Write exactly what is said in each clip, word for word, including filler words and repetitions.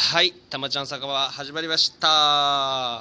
はい、たまちゃん酒場始まりました。はい、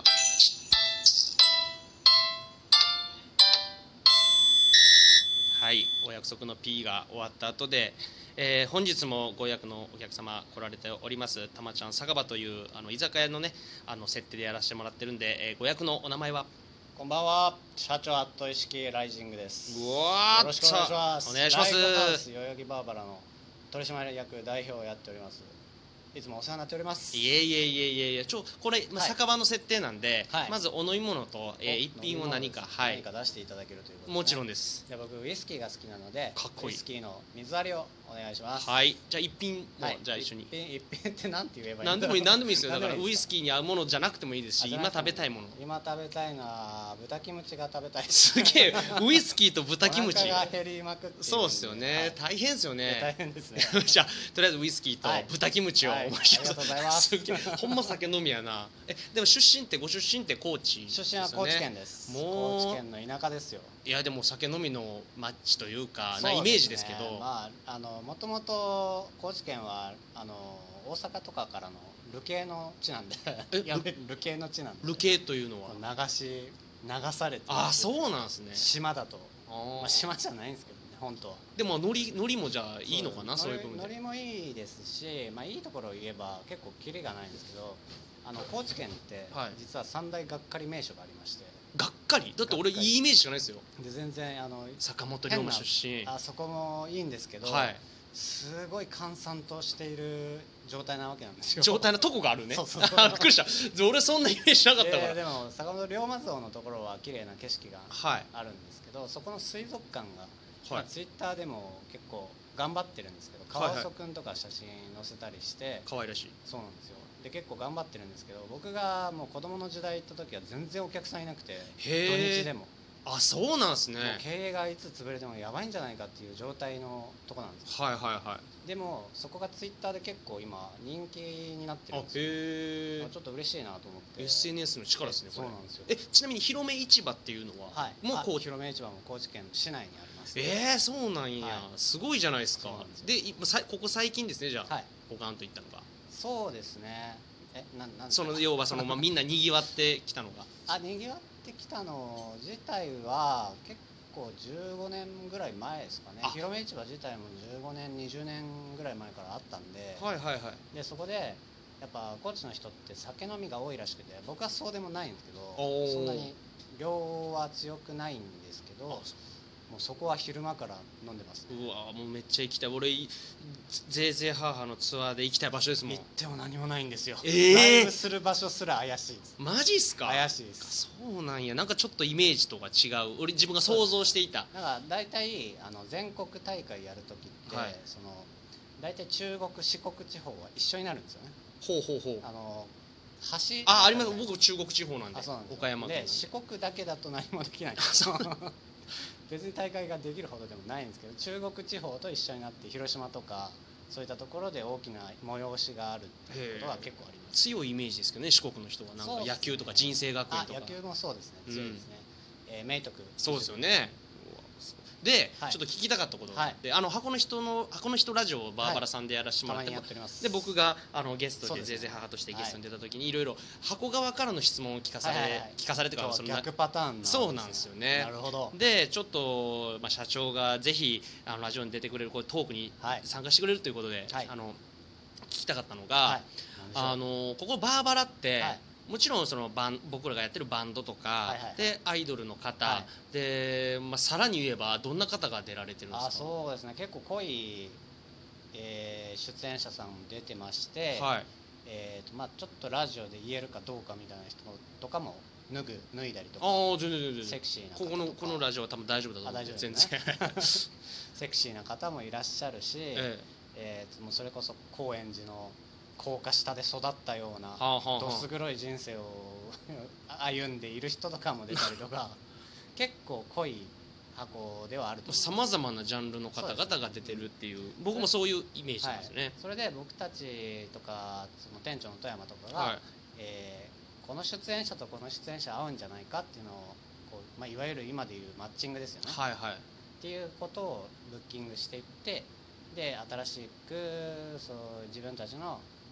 お約束の P が終わった後で、えー、本日もご予約のお客様来られておりますたまちゃん酒場というあの居酒屋のねあの設定でやらせてもらってるんで、えー、ご予約のお名前は？ こんばんは、社長アット意識ライジングです。 うわーっとよろしくお願いします。 お願いします。 ライトハウス代々木バーバラの取締役代表をやっております。いつもお世話になっております。 いえいえいえいえいえ、ちょこれ、まあ、酒場の設定なんで、 はい、 まずお飲み物と、えー、一品を何か、はい、 何か出していただけるということですね。 もちろんです。 じゃあ僕ウイスキーが好きなので、 かっこいいウイスキーの水割りをお願いします。 はい、じゃあ一品も、 はい、 じゃあ一緒に。 一品一品ってなんて言えばいい何でもいい、何でもいいですよ。だからウイスキーキーに合うものじゃなくてもいいですし、今食べたいもの。 今食べたいのは豚キムチが食べたいです。 すげえ、ウイスキーと豚キムチ。 お腹が減りまくって。 そうですよね、はい、大変ですよね。 大変ですね。 じゃあとりあえずウイスキーと豚キムチを、はい、 ありがとうございます。 ほんま酒飲みやな。え、でも出身ってご出身って高知ですよね。 出身は高知県です。もう高知県の田舎ですよ。 いやでも酒飲みの町というか、 ね、 なイメージですけど、 まああのもともと高知県はあの大阪とかからの流刑の地なんで、やめ流刑の地なんで。 流刑というのは流し流されて。 あ、そうなんですね。 島だと。あ、まあ、島じゃないんですけどね、本当は。 でも海苔海苔もじゃあいいのかな、そういう部分で。 海苔もいいですし、まあいいところを言えば結構キリがないんですけど、あの高知県って実は三大がっかり名所がありまして。 がっかりだって俺いいイメージしかないですよ。 で全然あの坂本龍馬出身。 あそこもいいんですけど、はい、すごい閑散としている状態なわけなんですよ。 状態のとこがあるね。 そうそうそうびっくりした。俺そんなイメージなかったから。 でも坂本龍馬像のところは綺麗な景色があるんですけど、はい、そこの水族館が、はい、ツイッターでも結構頑張ってるんですけど、カワウソくんとか写真載せたりして、 可愛らしい。 そうなんですよ。で結構頑張ってるんですけど、僕がもう子供の時代行った時は全然お客さんいなくて、土日でも。 あ、そうなんですね。 もう経営がいつ潰れてもやばいんじゃないかっていう状態のとこなんですよ。 はいはいはい。 でもそこがツイッターで結構今人気になってるんですよ。へえ。ちょっと嬉しいなと思って。 エスエヌエス の力ですね。これそうなんですよ。 え、ちなみに広め市場っていうのは、 はい、 もうこう広め市場も高知県の市内にあります、ね。 えー、そうなんや、はい、すごいじゃないですか。ででここ最近ですね、じゃあ、はい、ポカンといったのが。そうですね。えななんその要はその、まあ、みんなにぎわってきたのがあ、にぎわってきたの自体は結構じゅうごねんぐらい前ですかね。広め市場自体もじゅうごねんにじゅうねんぐらい前からあったんで、 はいはいはい、 でそこでやっぱ高知の人って酒飲みが多いらしくて、僕はそうでもないんですけど、そんなに量は強くないんですけど、もうそこは昼間から飲んでます、ね、 うわもうめっちゃ行きたい。俺ぜいぜいハーハーのツアーで行きたい場所ですもん。 行っても何もないんですよ。 えー、 ライブする場所すら怪しいです。 マジっすか。 怪しいです。 そうなんや。なんかちょっとイメージとか違う。俺自分が想像していた。 だから大体あの全国大会やるときって、はい、その大体中国四国地方は一緒になるんですよね。 ほうほうほう。 あの橋ああります。僕中国地方なんで。 そうなんです。 岡山県で四国だけだと何もできない。別に大会ができるほどでもないんですけど、中国地方と一緒になって広島とかそういったところで大きな催しがあるっていうことは結構あります。 強いイメージですけどね、四国の人は。なんか野球とか人生学園とか。 あ、野球もそうですね、強いですね、うん、えー、明徳。 そうですよね。で、はい、ちょっと聞きたかったことがあって、はい、あの箱の人の箱の人ラジオをバーバラさんでやらせてもらって、はい、で僕があのゲストでぜいぜい母としてゲストに出た時にいろいろ箱側からの質問を聞かされ、はいはいはい、聞かされてからその逆パターンなんですね。 そうなんですよね。 なるほど。 でちょっと、まあ、社長がぜひあのラジオに出てくれるこうトークに参加してくれるということで、はい、あの聞きたかったのが、はい、あのここバーバラって、はい、もちろんそのバン僕らがやってるバンドとか、はいはい、でアイドルの方、はい、で、まあ、さらに言えばどんな方が出られてるんですか。 あ、そうですね、結構濃い、えー、出演者さんも出てまして、はい、えーとまあ、ちょっとラジオで言えるかどうかみたいな人とかも脱ぐ脱いだりとか。 ああ、全然全然セクシーな方とか。 ここのこのラジオは多分大丈夫だと思う。 ね、 全然セクシーな方もいらっしゃるし、えええー、もうそれこそ高円寺の高架下で育ったようなどす黒い人生を歩んでいる人とかも出たりとか結構濃い箱ではあると思います。 さまざまなジャンルの方々が出てるっていう、僕もそういうイメージなんですね、はい、 それで僕たちとかその店長の富山とかが、はい、えー、この出演者とこの出演者合うんじゃないかっていうのをこう、まあ、いわゆる今でいうマッチングですよね、 はいはい、 っていうことをブッキングしていって、で新しくそう自分たちの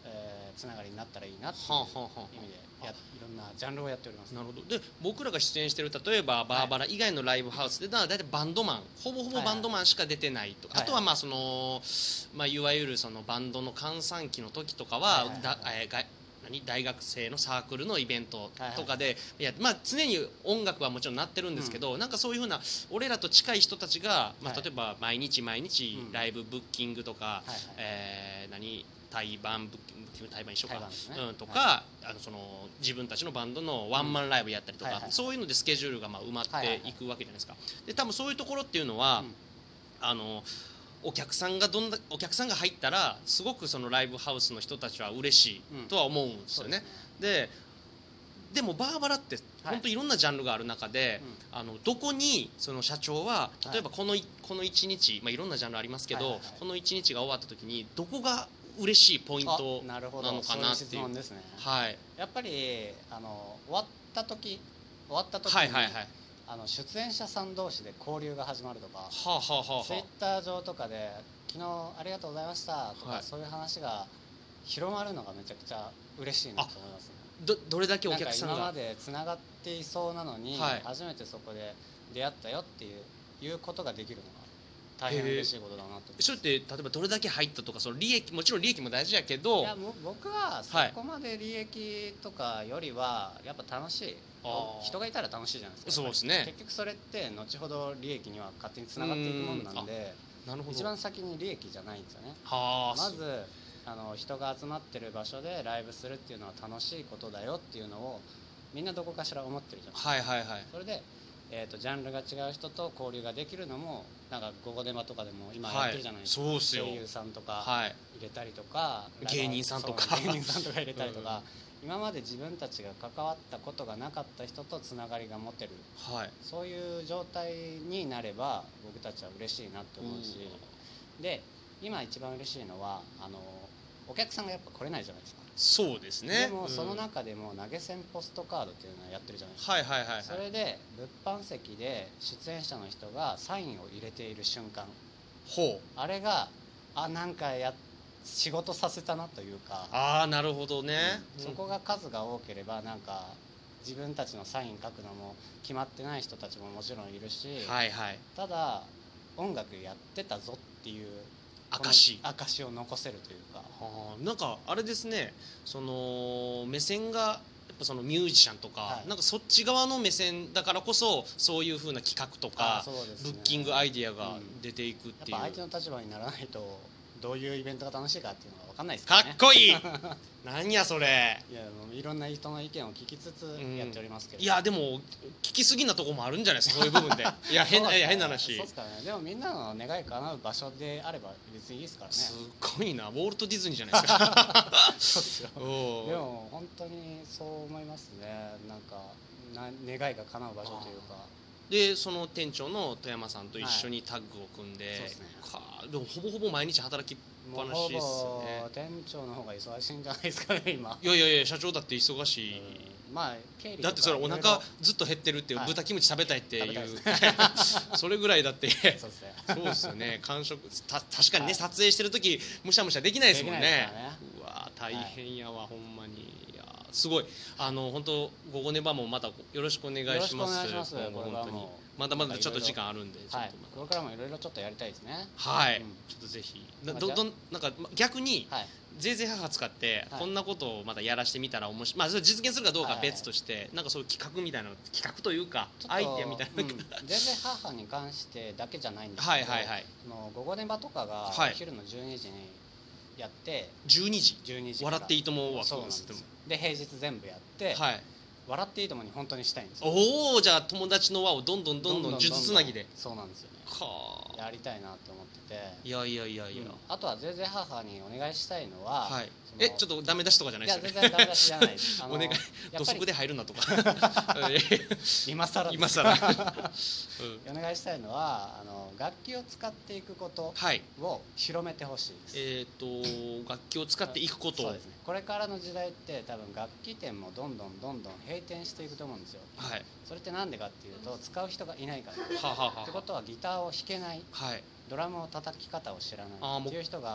えー、つながりになったらいいなっていう意味でやいろんなジャンルをやっております。 なるほど。で僕らが出演している例えばバーバラ以外のライブハウスでだいたいバンドマンほぼほぼバンドマンしか出てないと、はいはい、あとはまあその、まあ、いわゆるそのバンドの閑散期の時とかは、はいはいはい、だえーが何大学生のサークルのイベントとかで、はいはい、いやまあ、常に音楽はもちろん鳴ってるんですけど、うん、なんかそういうふうな俺らと近い人たちが、まあ、例えば毎日毎日ライブブッキングとか、はいはい、えー、何対バンブッキング対バン一緒か、ね、うん、とか、はい、あのその自分たちのバンドのワンマンライブやったりとか、うんはいはい、そういうのでスケジュールがまあ埋まっていくわけじゃないですか。で多分そういうところっていうのは、うん、あのお客さんがどんだお客さんが入ったらすごくそのライブハウスの人たちは嬉しいとは思うんですよね。うん、で, ねででもバーバラって本当いろんなジャンルがある中で、はい、あのどこにその社長は例えばこの、はい、このいちにち、まあ、いろんなジャンルありますけど、はいはいはい、このいちにちが終わった時にどこが嬉しいポイントなのかなっていう。そういう質問ですね。はい、やっぱりあの終わった時終わった時に、はいはいはい、あの出演者さん同士で交流が始まるとか、はあはあはあ、ツイッター上とかで昨日ありがとうございましたとか、はい、そういう話が広まるのがめちゃくちゃ嬉しいなと思いますね。 ど, どれだけお客さんが今までつながっていそうなのに、はい、初めてそこで出会ったよっていういうことができるのが大変嬉しいことだなと思います。 それって例えばどれだけ入ったとかその利益もちろん利益も大事やけど、 いやもう僕はそこまで利益とかよりはやっぱ楽しい、はい、人がいたら楽しいじゃないですか。 そうですね。 結局それって後ほど利益には勝手につながっていくものなんで、なるほど、一番先に利益じゃないんですよね。はまずあの人が集まってる場所でライブするっていうのは楽しいことだよっていうのをみんなどこかしら思ってるじゃないですか。 はいはいはい。 それで、えーと、ジャンルが違う人と交流ができるのもなんか「ゴゴデマ」とかでも今やってるじゃないですか、はい、そう声優さんとか入れたりとか、はい、 芸人さんとか芸人さんとか入れたりとか、うん、今まで自分たちが関わったことがなかった人とつながりが持てる、はい、そういう状態になれば僕たちは嬉しいなって思うし、うん、で今一番嬉しいのはあのお客さんがやっぱ来れないじゃないですか。 そうですね。 でもその中でも投げ銭ポストカードっていうのをやってるじゃないですか。 はいはいはいはい、 それで物販席で出演者の人がサインを入れている瞬間、ほう、あれがあなんかや仕事させたなというか、 ああなるほどね、 うん、そこが数が多ければなんか自分たちのサイン書くのも決まってない人たちももちろんいるし、はいはい、ただ音楽やってたぞっていう証証を残せるというか、 はあ、なんかあれですね、その目線がやっぱそのミュージシャンとか、はい、なんかそっち側の目線だからこそそういう風な企画とか、ね、ブッキングアイディアが出ていくっていう、うん、 やっぱ相手の立場にならないとどういうイベントが楽しいかっていうのが分かんないですからね。 かっこいいなんやそれ。 いやもういろんな人の意見を聞きつつやっておりますけど、 うん、いやでも聞きすぎなとこもあるんじゃないですか、そういう部分でいや変な、いや変な話。 そうですかね。でもみんなの願い叶う場所であれば別にいいですからね。 すごいな、ウォルト・ディズニーじゃないですかそうですよ。でも本当にそう思いますね。なんかな願いが叶う場所というか。 でその店長の富山さんと一緒にタッグを組んで、はい、そうですね、かでもほぼほぼ毎日働きっぱなしですね。 ほぼ店長の方が忙しいんじゃないですかね今。 いやいやいや社長だって忙しい、 うん、まあ経理とかだってそれお腹ずっと減ってるって、はい、豚キムチ食べたいっていう、それぐらいだってそうですね、そうですよね。完食た確かにね、はい、撮影してる時むしゃむしゃできないですもんね。ねうわ大変やわ、はい、ほんまに。すごいあの本当午後ネバもまたよろしくお願いします。 よろしくお願いします。 本当にまだまだちょっと時間あるんで、 はい、これからもいろいろちょっとやりたいですね。 はい、うん、ちょっとぜひなどどなんか逆に、はい、ぜいぜい母使ってこんなことをまたやらしてみたら面白い、まあそれ実現するかどうかは別として、はいはい、なんかそういう企画みたいな企画というかアイディアみたいな、うん、ぜいぜい母に関してだけじゃないんですけど、はいはいはい、の午後ネバとかがお昼のじゅうにじにやって、じゅうにじじゅうにじ笑っていいともはそうなんです。で平日全部やって、はい、笑っていいともに本当にしたいんですよ。 おお、じゃあ友達の輪をどんどんどんどん術つなぎで。 そうなんですよね。はあ、やりたいなって思ってて。 いやいやいやいや、うん、 あとはぜいぜい母にお願いしたいのは、はい、 えちょっとダメ出しとかじゃないですよね。 いや全然ダメ出しじゃないです。 お願い土足で入るなとか今更今更、 うん、お願いしたいのはあの楽器を使っていくことを広めてほしいです。 えっ、ー、と楽器を使っていくこと、 そうですね。これからの時代って多分楽器店もどんどんどんどん閉店していくと思うんですよ。はい、それってなんでかっていうと使う人がいないから。はははってことはギターを弾けない、はい、ドラムを叩き方を知らないっていう人が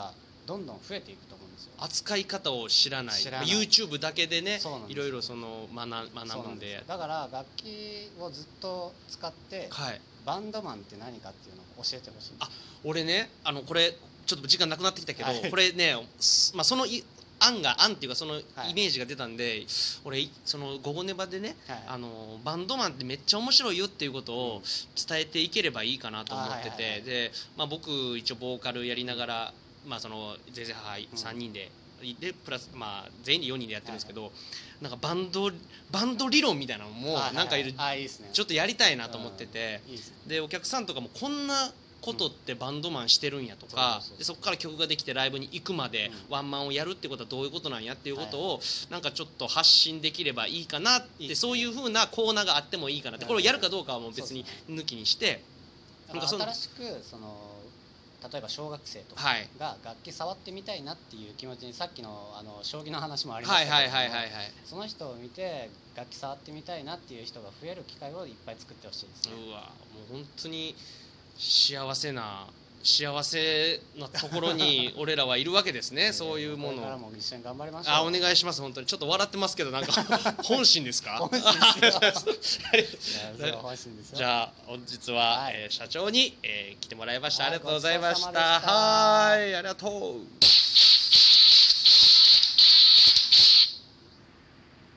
どんどん増えていくと思うんですよ。 扱い方を知らない、知らない YouTube だけでね、いろいろその学学ぶんで、 だから楽器をずっと使って、はい、バンドマンって何かっていうのを教えてほしいんです。 あ、俺ね、あのこれちょっと時間なくなってきたけど、はい、これね、まあ、その案が案っていうかそのイメージが出たんで、はい、俺その「午後ネバ」でね、はい、あのバンドマンってめっちゃ面白いよっていうことを伝えていければいいかなと思ってて、で、まあ、僕一応ボーカルやりながら、まあ、そのゼーゼーハイさんにんで、うん、でプラス、まあ、全員でよにんでやってるんですけど、はい、なんかバンドバンド理論みたいなのもなんかいる、 はいはい、ちょっとやりたいなと思ってて、うん、いいですね、でお客さんとかもこんなことってバンドマンしてるんやとか、でそこから曲ができてライブに行くまでワンマンをやるってことはどういうことなんやっていうことをなんかちょっと発信できればいいかなって、そういう風なコーナーがあってもいいかなって、これをやるかどうかはもう別に抜きにして、 なんか新しくその例えば小学生とかが楽器触ってみたいなっていう気持ちに、さっきのあの将棋の話もありましたけど、その人を見て楽器触ってみたいなっていう人が増える機会をいっぱい作ってほしいですね。 うわ、もう本当に幸せな幸せなところに俺らはいるわけですね。そういうものをこれからも一緒に頑張りましょう。 あ、お願いします。本当にちょっと笑ってますけど、なんか本心ですか？ 本心ですよ。本心ですよ。 じゃあ本日は、はい、えー、社長に、えー、来てもらいました。ありがとうございました。 はい、 はい、ありがとう。